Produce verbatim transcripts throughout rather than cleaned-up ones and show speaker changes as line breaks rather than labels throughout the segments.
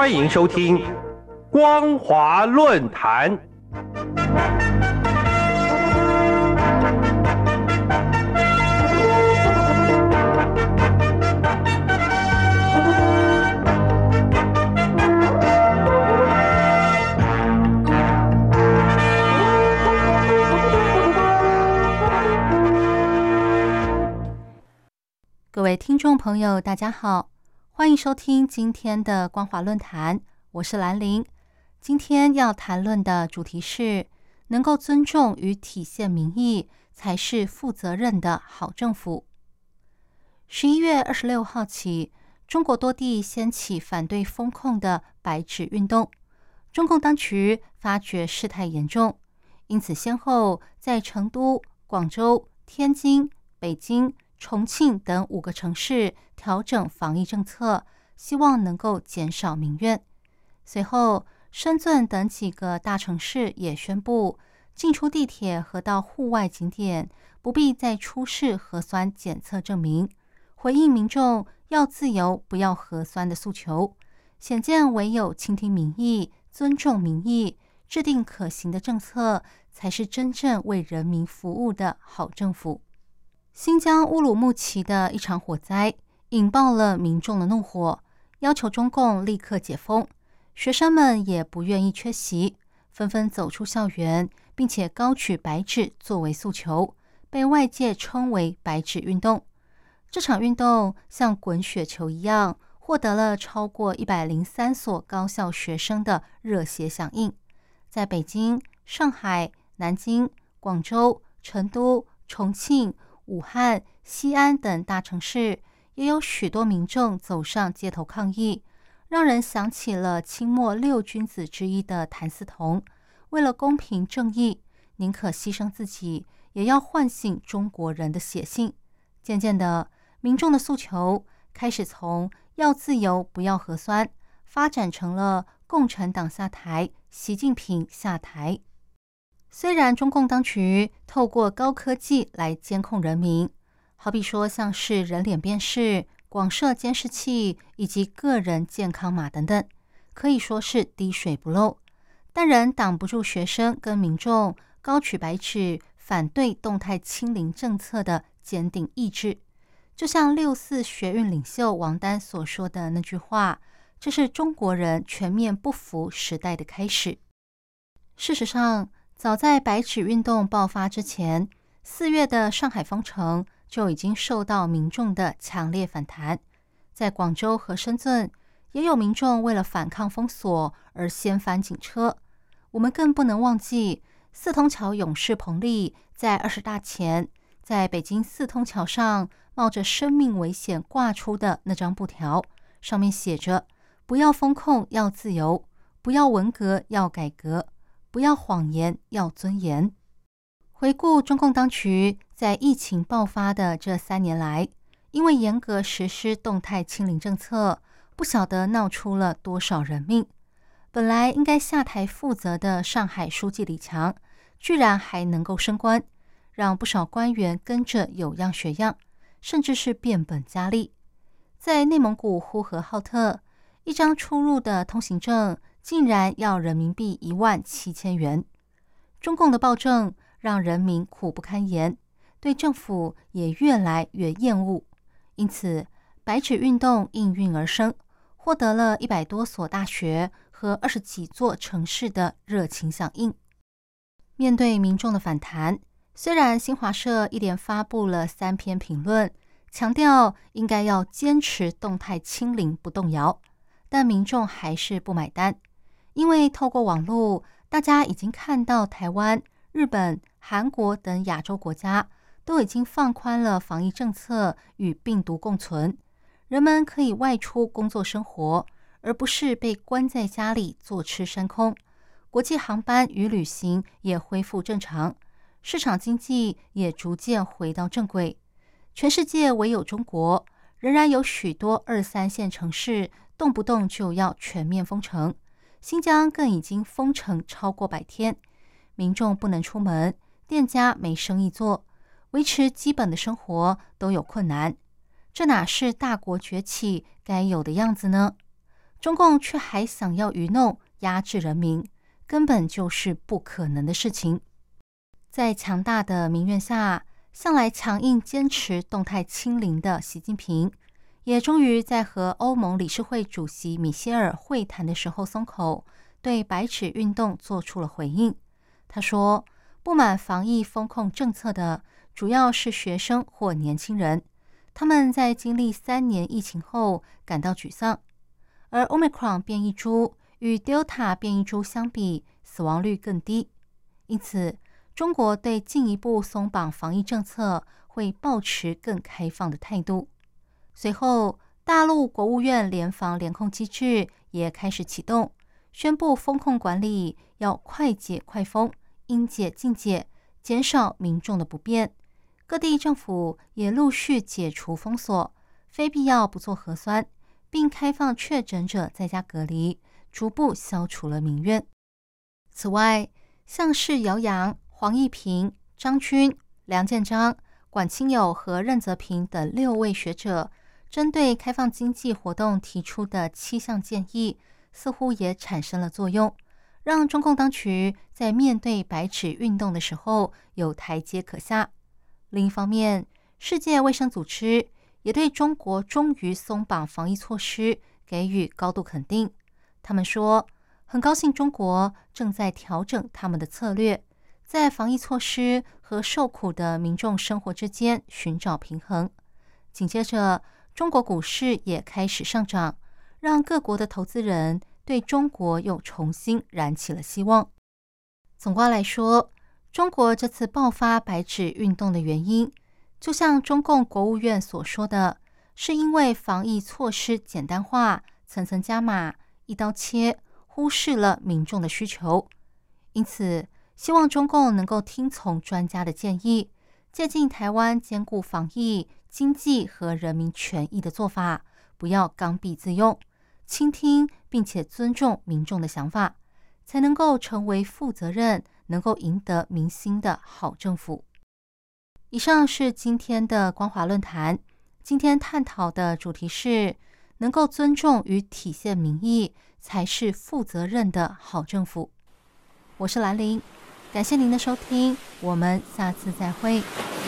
欢迎收听光华论坛。
各位听众朋友，大家好，欢迎收听今天的光华论坛，我是兰玲。今天要谈论的主题是，能够尊重与体现民意，才是负责任的好政府。十一月二十六号起，中国多地掀起反对封控的白纸运动，中共当局发觉事态严重，因此先后在成都、广州、天津、北京、重庆等五个城市调整防疫政策，希望能够减少民怨。随后，深圳等几个大城市也宣布，进出地铁和到户外景点不必再出示核酸检测证明，回应民众要自由不要核酸的诉求，显见唯有倾听民意、尊重民意，制定可行的政策，才是真正为人民服务的好政府。新疆乌鲁木齐的一场火灾引爆了民众的怒火，要求中共立刻解封。学生们也不愿意缺席，纷纷走出校园，并且高举白纸作为诉求，被外界称为白纸运动。这场运动像滚雪球一样，获得了超过一百零三所高校学生的热血响应。在北京、上海、南京、广州、成都、重庆、武汉、西安等大城市，也有许多民众走上街头抗议，让人想起了清末六君子之一的谭嗣同，为了公平正义，宁可牺牲自己，也要唤醒中国人的血性。渐渐的，民众的诉求开始从要自由不要核酸，发展成了共产党下台，习近平下台。虽然中共当局透过高科技来监控人民，好比说像是人脸辨识、广设监视器以及个人健康码等等，可以说是滴水不漏，但仍挡不住学生跟民众高举白纸反对动态清零政策的坚定意志。就像六四学运领袖王丹所说的那句话，这是中国人全面不服时代的开始。事实上，早在白纸运动爆发之前，四月的上海封城就已经受到民众的强烈反弹。在广州和深圳，也有民众为了反抗封锁而掀翻警车。我们更不能忘记，四通桥勇士彭丽在二十大前，在北京四通桥上冒着生命危险挂出的那张布条，上面写着：不要封控，要自由；不要文革，要改革；不要谎言，要尊严。回顾中共当局在疫情爆发的这三年来，因为严格实施动态清零政策，不晓得闹出了多少人命。本来应该下台负责的上海书记李强，居然还能够升官，让不少官员跟着有样学样，甚至是变本加厉。在内蒙古呼和浩特，一张出入的通行证竟然要人民币一万七千元。中共的暴政让人民苦不堪言，对政府也越来越厌恶，因此白纸运动应运而生，获得了一百多所大学和二十几座城市的热情响应。面对民众的反弹，虽然新华社一连发布了三篇评论，强调应该要坚持动态清零不动摇，但民众还是不买单。因为透过网络，大家已经看到台湾、日本、韩国等亚洲国家都已经放宽了防疫政策，与病毒共存，人们可以外出工作生活，而不是被关在家里坐吃山空。国际航班与旅行也恢复正常，市场经济也逐渐回到正轨。全世界唯有中国，仍然有许多二三线城市动不动就要全面封城，新疆更已经封城超过百天，民众不能出门，店家没生意做，维持基本的生活都有困难。这哪是大国崛起该有的样子呢？ 中共却还想要愚弄压制人民，根本就是不可能的事情。在强大的民怨下，向来强硬坚持动态清零的习近平，也终于在和欧盟理事会主席米歇尔会谈的时候松口，对白纸运动做出了回应。他说，不满防疫风控政策的主要是学生或年轻人，他们在经历三年疫情后感到沮丧。而 Omicron 变异株与 Delta 变异株相比，死亡率更低，因此中国对进一步松绑防疫政策会抱持更开放的态度。随后，大陆国务院联防联控机制也开始启动，宣布风控管理要快解快封，应解尽解，减少民众的不便。各地政府也陆续解除封锁，非必要不做核酸，并开放确诊者在家隔离，逐步消除了民怨。此外，像是姚洋、黄毅平、张军、梁建章、管清友和任泽平等六位学者，针对开放经济活动提出的七项建议，似乎也产生了作用，让中共当局在面对白纸运动的时候有台阶可下。另一方面，世界卫生组织也对中国终于松绑防疫措施给予高度肯定。他们说，很高兴中国正在调整他们的策略，在防疫措施和受苦的民众生活之间寻找平衡。紧接着，中国股市也开始上涨，让各国的投资人对中国又重新燃起了希望。总括来说，中国这次爆发白纸运动的原因，就像中共国务院所说的，是因为防疫措施简单化、层层加码、一刀切，忽视了民众的需求。因此，希望中共能够听从专家的建议，借鉴台湾兼顾防疫、经济和人民权益的做法，不要刚愎自用，倾听并且尊重民众的想法，才能够成为负责任、能够赢得民心的好政府。以上是今天的光华论坛，今天探讨的主题是能够尊重与体现民意，才是负责任的好政府。我是兰玲，感谢您的收听，我们下次再会。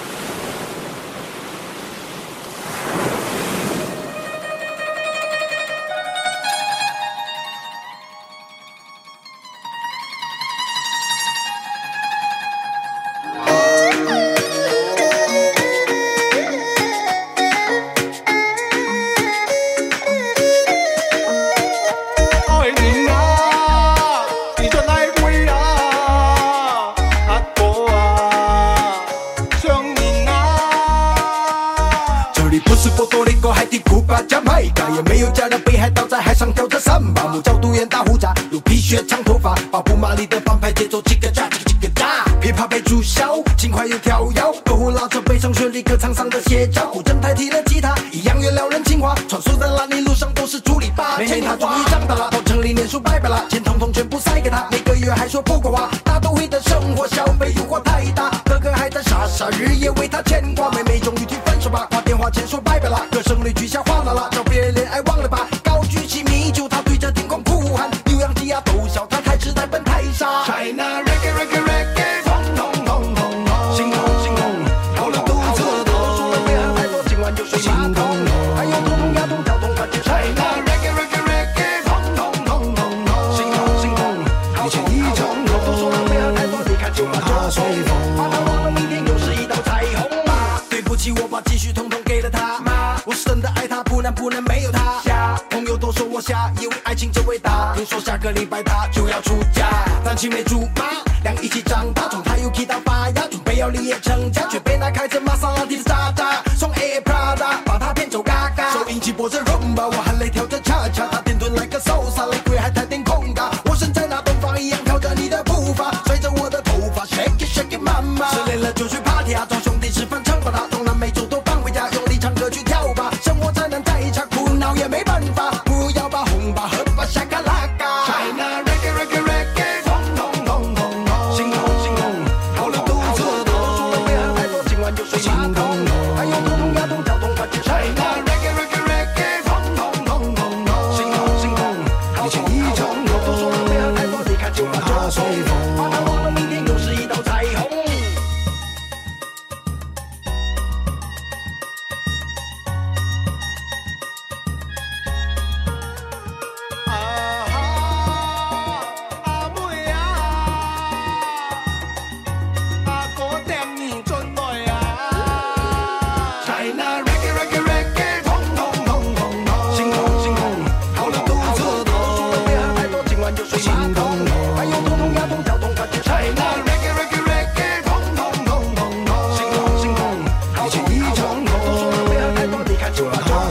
也没有家人北海道在海上跳着三把木角独眼大胡渣，有皮靴长头发，巴布马里的帮派节奏几个炸几个几个炸，琵琶被注销，轻快又跳跃，篝火拉着悲伤旋律歌唱上的写照，古筝代替了吉他，一样原撩人情话，穿梭在烂泥路上都是猪篱笆，妹妹她终于长大了，到城里念书拜拜了，钱统统全部塞给她，每个月还说不够花，大都会的生活消费诱惑太大，哥哥还在傻傻日夜为她牵挂，妹妹终于提分手吧，挂电话前说拜拜了，歌声里取消哗啦啦，找别人恋爱忘了吧，高举起米酒，她对着天空哭喊，牛羊鸡鸭都笑，她开始在奔太沙。China reggae reggae reggae， 通通通通通，心痛心痛，好了肚子痛，都说了不要太多，今晚就睡马桶，还有通通牙痛跳痛，感觉 China reggae reggae reggae， 通通通通通，心痛心痛，一千一重痛，都说了不要太多，你看就把它吹风，把它忘了明天又是一道彩虹嘛。对不起，我把积蓄统统给了他，我是真的爱他，不能不能没有他。朋友都说我瞎，以为爱情真伟大。听说下个礼拜他就要出家，单亲没竹马，两一起长大，从他又提到发芽，准备要立业成家，却被那开着玛莎拉蒂的渣渣送 A Prada， 把他骗走嘎嘎。收音机播着 rumba， 我含泪跳着恰恰，他点顿来个 salsa， 来鬼还太点空嘎。我身在那东方一样跳着你的步伐，甩着我的头发 shake it shake it mama。失恋了就去 party 啊，找兄弟吃饭撑把他，东南美洲都放回家，用力唱歌去跳吧，生活再难再差，苦恼也没办法，不要把红吧喝吧下个拉嘎。China reggae reggae reggae， 通通通通通，心痛心痛，好了肚子痛，都说了不要太多，今晚就睡马桶，还有通通牙痛跳痛，感觉 China reggae reggae reggae， 通通。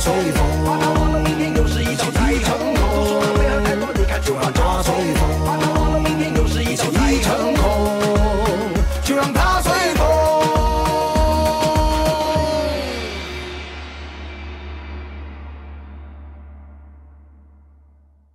风一风。